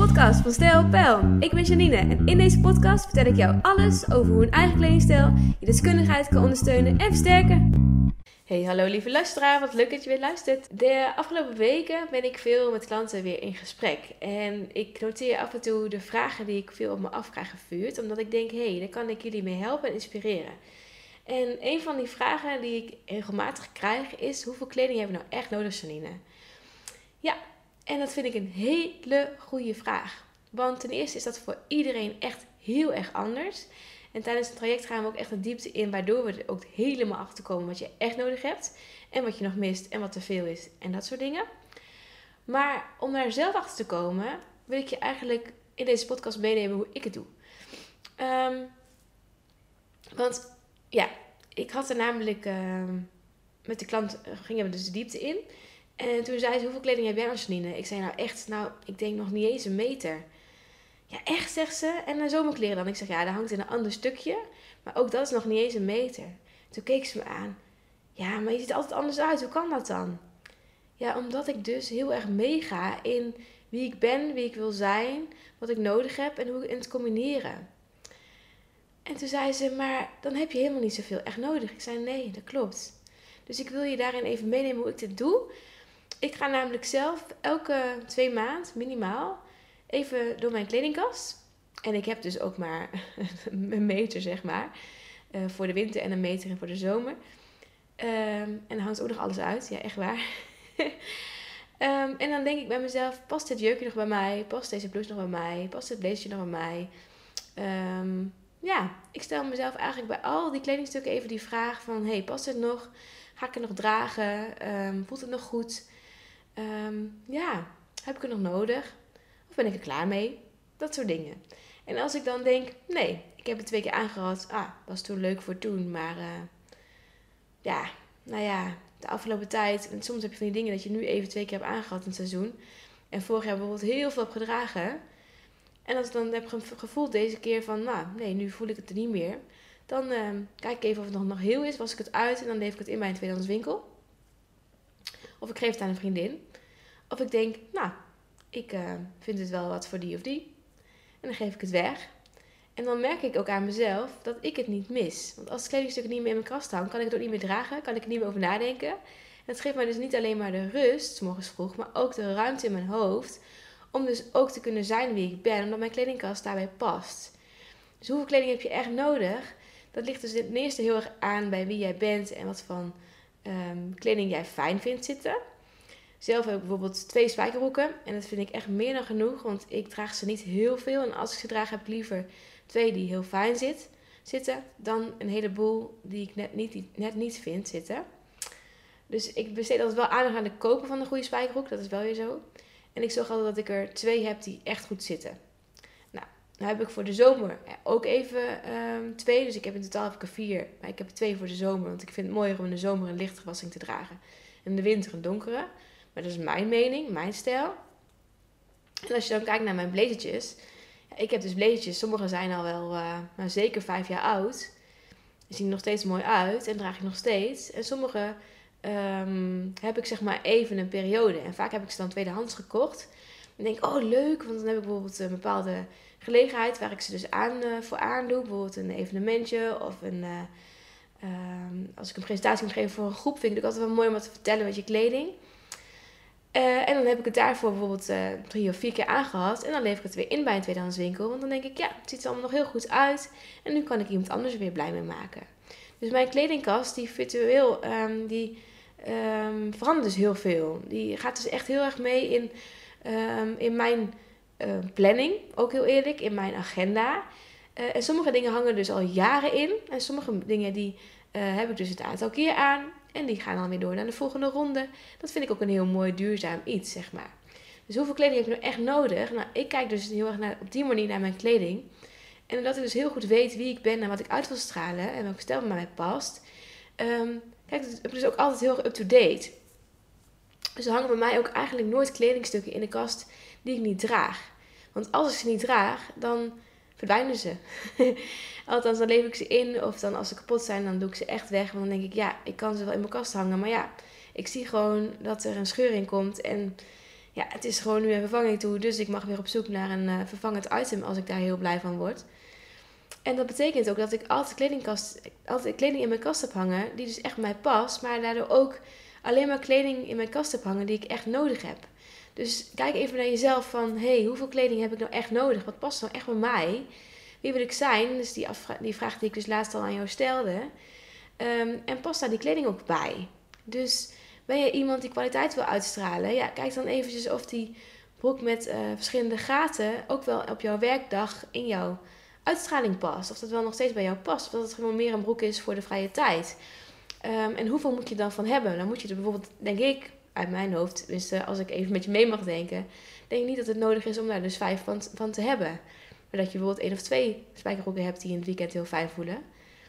podcast van Stijl Peil. Ik ben Janine en in deze podcast vertel ik jou alles over hoe een eigen kledingstijl je deskundigheid kan ondersteunen en versterken. Hey, hallo lieve luisteraar, wat leuk dat je weer luistert. De afgelopen weken ben ik veel met klanten weer in gesprek. En ik noteer af en toe de vragen die ik veel op me af krijg gevuurd. Omdat ik denk, hey, daar kan ik jullie mee helpen en inspireren. En een van die vragen die ik regelmatig krijg is, hoeveel kleding hebben we nou echt nodig, Janine? Ja, en dat vind ik een hele goede vraag. Want ten eerste is dat voor iedereen echt heel erg anders. En tijdens het traject gaan we ook echt de diepte in, waardoor we er ook helemaal achter komen wat je echt nodig hebt. En wat je nog mist en wat te veel is en dat soort dingen. Maar om daar zelf achter te komen, wil ik je eigenlijk in deze podcast meenemen hoe ik het doe. Want ja, ik had er namelijk met de klant, gingen we dus de diepte in. En toen zei ze, hoeveel kleding heb jij nou, Janine? Ik zei, ik denk nog niet eens een meter. Ja, echt, zegt ze. En dan zomerkleren dan. Ik zeg, ja, dat hangt in een ander stukje. Maar ook dat is nog niet eens een meter. Toen keek ze me aan. Ja, maar je ziet er altijd anders uit. Hoe kan dat dan? Ja, omdat ik dus heel erg meega in wie ik ben, wie ik wil zijn, wat ik nodig heb en hoe ik het combineren. En toen zei ze, maar dan heb je helemaal niet zoveel echt nodig. Ik zei, nee, dat klopt. Dus ik wil je daarin even meenemen hoe ik dit doe. Ik ga namelijk zelf elke 2 maanden minimaal even door mijn kledingkast. En ik heb dus ook maar een meter, zeg maar. Voor de winter en een meter voor de zomer. En dan hangt ook nog alles uit. Ja, echt waar. En dan denk ik bij mezelf, past dit jurkje nog bij mij? Past deze blouse nog bij mij? Past dit blazer nog bij mij? Ja, ik stel mezelf eigenlijk bij al die kledingstukken even die vraag van, hey, past dit nog? Ga ik het nog dragen? Voelt het nog goed? Heb ik het nog nodig? Of ben ik er klaar mee? Dat soort dingen. En als ik dan denk, nee, ik heb het 2 keer aangehad. Was toen leuk voor toen. Maar de afgelopen tijd. En soms heb je van die dingen dat je nu even 2 keer hebt aangehad in het seizoen. En vorig jaar bijvoorbeeld heel veel heb gedragen. En als ik dan heb gevoeld deze keer van, nu voel ik het er niet meer. Dan kijk ik even of het nog heel is. Was ik het uit en dan leef ik het in bij een tweedehands winkel. Of ik geef het aan een vriendin. Of ik denk, ik vind het wel wat voor die of die. En dan geef ik het weg. En dan merk ik ook aan mezelf dat ik het niet mis. Want als het kledingstuk niet meer in mijn kast hangt, kan ik het ook niet meer dragen. Kan ik er niet meer over nadenken. En dat geeft mij dus niet alleen maar de rust, 's morgens vroeg, maar ook de ruimte in mijn hoofd. Om dus ook te kunnen zijn wie ik ben. Omdat mijn kledingkast daarbij past. Dus hoeveel kleding heb je echt nodig? Dat ligt dus ten eerste heel erg aan bij wie jij bent. En wat van kleding jij fijn vindt zitten. Zelf heb ik bijvoorbeeld 2 spijkerbroeken. En dat vind ik echt meer dan genoeg. Want ik draag ze niet heel veel. En als ik ze draag heb ik liever 2 die heel fijn zitten. Dan een heleboel die ik net niet vind zitten. Dus ik besteed altijd wel aandacht aan de kopen van een goede spijkerbroek. Dat is wel weer zo. En ik zorg altijd dat ik er 2 heb die echt goed zitten. Nou heb ik voor de zomer ook even 2. Dus in totaal heb ik er 4. Maar ik heb er 2 voor de zomer. Want ik vind het mooier om in de zomer een lichte wassing te dragen. En in de winter een donkere. Maar dat is mijn mening, mijn stijl. En als je dan kijkt naar mijn blazertjes. Ik heb dus blazertjes. Sommige zijn al wel zeker 5 jaar oud. Die zien er nog steeds mooi uit. En draag ik nog steeds. En sommige heb ik zeg maar even een periode. En vaak heb ik ze dan tweedehands gekocht. En denk oh leuk. Want dan heb ik bijvoorbeeld een bepaalde gelegenheid waar ik ze dus voor aandoe. Bijvoorbeeld een evenementje of als ik een presentatie moet geven voor een groep, vind ik het ook altijd wel mooi om wat te vertellen met je kleding. En dan heb ik het daarvoor bijvoorbeeld 3 of 4 keer aangehad. En dan lever ik het weer in bij een tweedehands winkel. Want dan denk ik, het ziet er allemaal nog heel goed uit. En nu kan ik iemand anders weer blij mee maken. Dus mijn kledingkast, die virtueel, verandert dus heel veel. Die gaat dus echt heel erg mee in mijn planning, ook heel eerlijk, in mijn agenda. En sommige dingen hangen dus al jaren in. En sommige dingen die heb ik dus het aantal keer aan. En die gaan dan weer door naar de volgende ronde. Dat vind ik ook een heel mooi duurzaam iets, zeg maar. Dus hoeveel kleding heb ik nou echt nodig? Nou, ik kijk dus heel erg op die manier naar mijn kleding. En omdat ik dus heel goed weet wie ik ben en wat ik uit wil stralen. En welke stijl bij mij past. Kijk, ik ben dus ook altijd heel erg up-to-date. Dus er hangen bij mij ook eigenlijk nooit kledingstukken in de kast die ik niet draag. Want als ik ze niet draag, dan verdwijnen ze. Althans, dan lever ik ze in. Of dan als ze kapot zijn, dan doe ik ze echt weg. Want dan denk ik, ik kan ze wel in mijn kast hangen. Maar ik zie gewoon dat er een scheur in komt. En ja, het is gewoon nu een vervanging toe. Dus ik mag weer op zoek naar een vervangend item als ik daar heel blij van word. En dat betekent ook dat ik altijd kleding in mijn kast heb hangen die dus echt bij mij past. Maar daardoor ook alleen maar kleding in mijn kast heb hangen die ik echt nodig heb. Dus kijk even naar jezelf van, hoeveel kleding heb ik nou echt nodig? Wat past nou echt bij mij? Wie wil ik zijn? Dus die vraag die ik dus laatst al aan jou stelde. En past daar die kleding ook bij? Dus ben je iemand die kwaliteit wil uitstralen? Ja, kijk dan eventjes of die broek met verschillende gaten ook wel op jouw werkdag in jouw uitstraling past. Of dat wel nog steeds bij jou past. Of dat het gewoon meer een broek is voor de vrije tijd. En hoeveel moet je dan van hebben? Dan moet je er bijvoorbeeld, denk ik, uit mijn hoofd, dus als ik even met je mee mag denken, denk ik niet dat het nodig is om daar dus 5 van te hebben. Maar dat je bijvoorbeeld 1 of 2 spijkerbroeken hebt die in het weekend heel fijn voelen.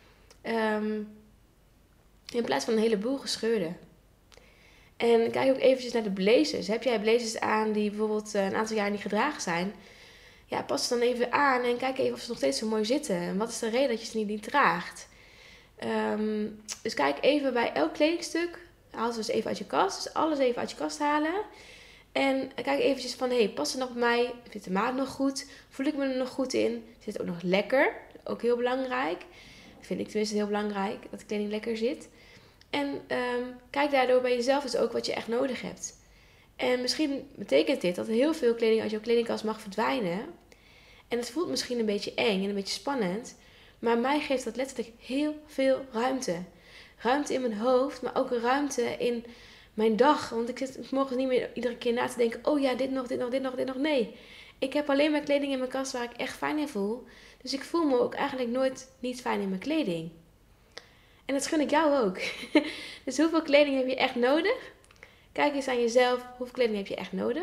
In plaats van een heleboel gescheurde. En kijk ook eventjes naar de blazers. Heb jij blazers aan die bijvoorbeeld een aantal jaar niet gedragen zijn? Ja, pas ze dan even aan en kijk even of ze nog steeds zo mooi zitten. En wat is de reden dat je ze niet draagt? Dus kijk even bij elk kledingstuk. Haal ze dus even uit je kast. Dus alles even uit je kast halen. En kijk eventjes van, past het nog bij mij? Zit de maat nog goed? Voel ik me er nog goed in? Zit het ook nog lekker? Ook heel belangrijk. Vind ik tenminste heel belangrijk, dat de kleding lekker zit. En kijk daardoor bij jezelf dus ook wat je echt nodig hebt. En misschien betekent dit dat er heel veel kleding uit jouw kledingkast mag verdwijnen. En het voelt misschien een beetje eng en een beetje spannend. Maar mij geeft dat letterlijk heel veel ruimte. Ruimte in mijn hoofd, maar ook ruimte in mijn dag. Want ik zit morgens niet meer iedere keer na te denken, oh ja, dit nog, dit nog, dit nog, dit nog. Nee, ik heb alleen maar kleding in mijn kast waar ik echt fijn in voel. Dus ik voel me ook eigenlijk nooit niet fijn in mijn kleding. En dat gun ik jou ook. Dus hoeveel kleding heb je echt nodig? Kijk eens aan jezelf, hoeveel kleding heb je echt nodig?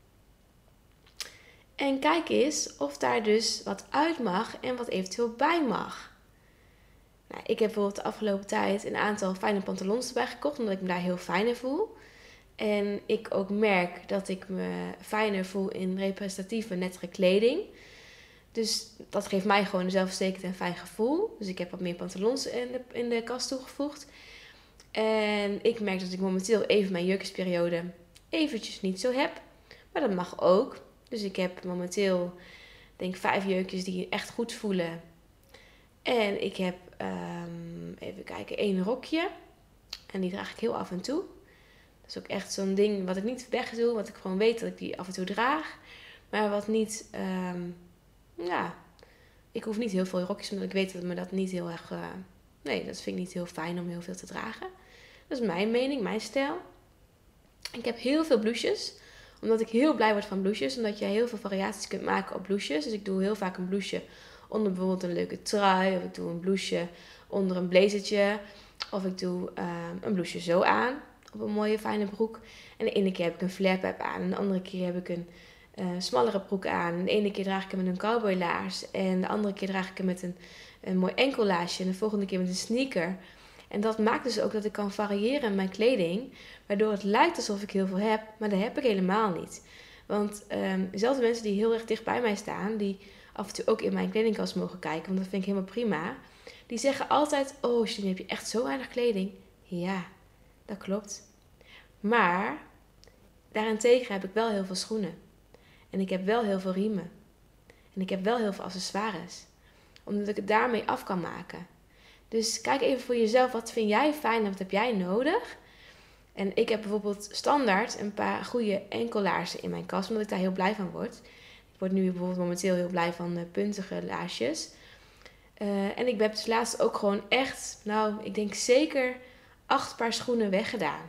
En kijk eens of daar dus wat uit mag en wat eventueel bij mag. Nou, ik heb bijvoorbeeld de afgelopen tijd een aantal fijne pantalons erbij gekocht, omdat ik me daar heel fijn in voel. En ik ook merk dat ik me fijner voel in representatieve, nettere kleding. Dus dat geeft mij gewoon een zelfverzekerd en fijn gevoel. Dus ik heb wat meer pantalons in de kast toegevoegd. En ik merk dat ik momenteel even mijn jurkensperiode eventjes niet zo heb. Maar dat mag ook. Dus ik heb momenteel, denk ik, 5 jurkjes die echt goed voelen. En ik heb, even kijken, 1 rokje. En die draag ik heel af en toe. Dat is ook echt zo'n ding wat ik niet wegdoe. Wat ik gewoon weet dat ik die af en toe draag. Maar wat niet, ik hoef niet heel veel rokjes. Omdat ik weet dat me dat niet heel erg, dat vind ik niet heel fijn om heel veel te dragen. Dat is mijn mening, mijn stijl. Ik heb heel veel blouses. Omdat ik heel blij word van blouses. Omdat je heel veel variaties kunt maken op blouses. Dus ik doe heel vaak een blouseje onder bijvoorbeeld een leuke trui. Of ik doe een blouseje onder een blazertje. Of ik doe een blouseje zo aan. Op een mooie fijne broek. En de ene keer heb ik een flare-pep aan. En de andere keer heb ik een smallere broek aan. En de ene keer draag ik hem met een cowboylaars. En de andere keer draag ik hem met een mooi enkellaarsje. En de volgende keer met een sneaker. En dat maakt dus ook dat ik kan variëren in mijn kleding. Waardoor het lijkt alsof ik heel veel heb. Maar dat heb ik helemaal niet. Want zelfs mensen die heel erg dicht bij mij staan. Die af en toe ook in mijn kledingkast mogen kijken. Want dat vind ik helemaal prima. Die zeggen altijd, oh Janine, heb je echt zo weinig kleding? Ja, dat klopt. Maar daarentegen heb ik wel heel veel schoenen. En ik heb wel heel veel riemen. En ik heb wel heel veel accessoires. Omdat ik het daarmee af kan maken. Dus kijk even voor jezelf, wat vind jij fijn en wat heb jij nodig? En ik heb bijvoorbeeld standaard een paar goede enkellaarzen in mijn kast, omdat ik daar heel blij van word. Ik word nu bijvoorbeeld momenteel heel blij van puntige laarsjes. En ik heb dus laatst ook gewoon echt, ik denk zeker 8 paar schoenen weggedaan.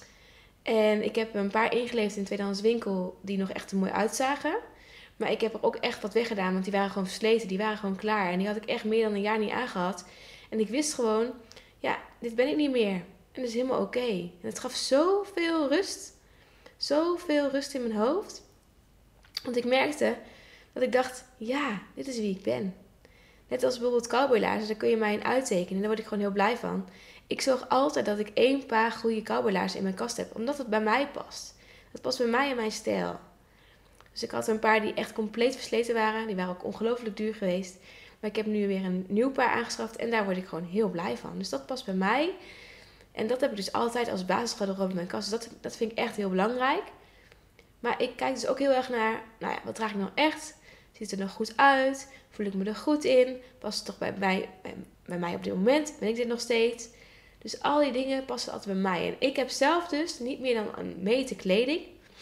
En ik heb een paar ingeleverd in een tweedehands winkel die nog echt er mooi uitzagen. Maar ik heb er ook echt wat weggedaan, want die waren gewoon versleten, die waren gewoon klaar. En die had ik echt meer dan een jaar niet aangehad. En ik wist gewoon, ja, dit ben ik niet meer. En dat is helemaal oké. En het gaf zoveel rust. Zoveel rust in mijn hoofd. Want ik merkte dat ik dacht, ja, dit is wie ik ben. Net als bijvoorbeeld cowboylaarzen, daar kun je mij in uittekenen. En daar word ik gewoon heel blij van. Ik zorg altijd dat ik 1 paar goede cowboylaarzen in mijn kast heb. Omdat het bij mij past. Dat past bij mij en mijn stijl. Dus ik had een paar die echt compleet versleten waren. Die waren ook ongelooflijk duur geweest. Maar ik heb nu weer een nieuw paar aangeschaft. En daar word ik gewoon heel blij van. Dus dat past bij mij. En dat heb ik dus altijd als basisgarderobe in mijn kast. Dus dat vind ik echt heel belangrijk. Maar ik kijk dus ook heel erg naar, nou ja, wat draag ik nou echt? Ziet het er nog goed uit? Voel ik me er goed in? Past het toch bij mij op dit moment? Ben ik dit nog steeds? Dus al die dingen passen altijd bij mij. En ik heb zelf dus niet meer dan een meter kleding.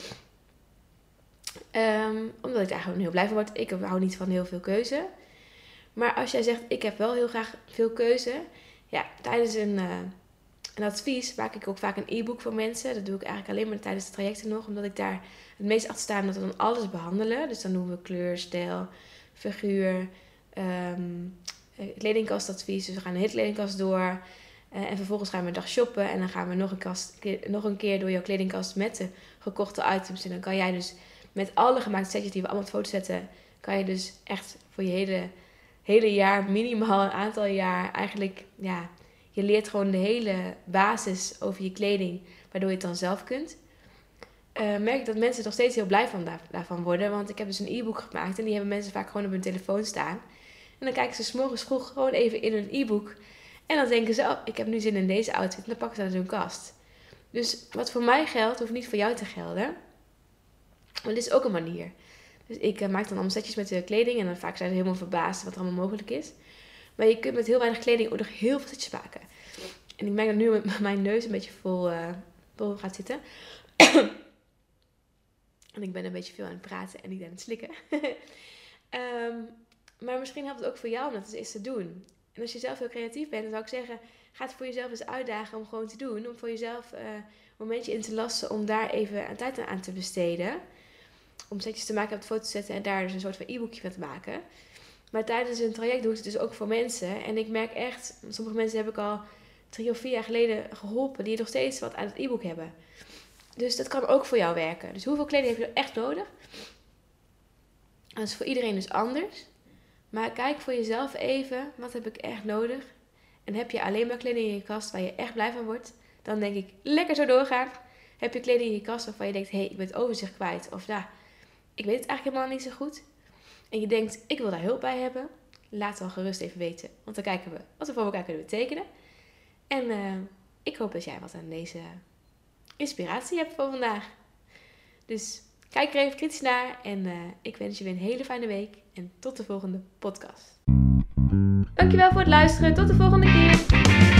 Omdat ik daar gewoon heel blij van word. Ik hou niet van heel veel keuze. Maar als jij zegt, ik heb wel heel graag veel keuze. Ja, tijdens een advies maak ik ook vaak een e-book voor mensen. Dat doe ik eigenlijk alleen maar tijdens de trajecten nog. Omdat ik daar het meest achter sta dat we dan alles behandelen. Dus dan doen we kleur, stijl, figuur, kledingkastadvies. Dus we gaan de hele kledingkast door. En vervolgens gaan we een dag shoppen. En dan gaan we nog een keer door jouw kledingkast met de gekochte items. En dan kan jij dus met alle gemaakte setjes die we allemaal op foto zetten, kan je dus echt voor je hele jaar, minimaal een aantal jaar, eigenlijk, ja, je leert gewoon de hele basis over je kleding, waardoor je het dan zelf kunt. Merk ik dat mensen er nog steeds heel blij daarvan worden. Want ik heb dus een e-book gemaakt en die hebben mensen vaak gewoon op hun telefoon staan. En dan kijken ze 's morgens vroeg gewoon even in hun e-book. En dan denken ze, oh, ik heb nu zin in deze outfit. En dan pakken ze uit hun kast. Dus wat voor mij geldt, hoeft niet voor jou te gelden. Maar dit is ook een manier. Dus ik maak dan allemaal setjes met de kleding. En dan vaak zijn ze helemaal verbaasd wat er allemaal mogelijk is. Maar je kunt met heel weinig kleding ook nog heel veel setjes maken. En ik merk dat nu mijn neus een beetje vol gaat zitten. En ik ben een beetje veel aan het praten en niet aan het slikken. Maar misschien helpt het ook voor jou om dat eens te doen. En als je zelf heel creatief bent, dan zou ik zeggen, ga het voor jezelf eens uitdagen om gewoon te doen. Om voor jezelf een momentje in te lassen om daar even tijd aan te besteden. Om setjes te maken, op de foto te zetten en daar dus een soort van e-boekje van te maken. Maar tijdens een traject doe ik het dus ook voor mensen. En ik merk echt, sommige mensen heb ik al 3 of 4 jaar geleden geholpen, die nog steeds wat aan het e-book hebben. Dus dat kan ook voor jou werken. Dus hoeveel kleding heb je echt nodig? Dat is voor iedereen dus anders. Maar kijk voor jezelf even, wat heb ik echt nodig? En heb je alleen maar kleding in je kast waar je echt blij van wordt? Dan denk ik, lekker zo doorgaan. Heb je kleding in je kast waarvan je denkt, ik ben het overzicht kwijt. Of ik weet het eigenlijk helemaal niet zo goed. En je denkt, ik wil daar hulp bij hebben. Laat het dan gerust even weten. Want dan kijken we wat we voor elkaar kunnen betekenen. En ik hoop dat jij wat aan deze inspiratie hebt voor vandaag. Dus kijk er even kritisch naar. En ik wens je weer een hele fijne week. En tot de volgende podcast. Dankjewel voor het luisteren. Tot de volgende keer.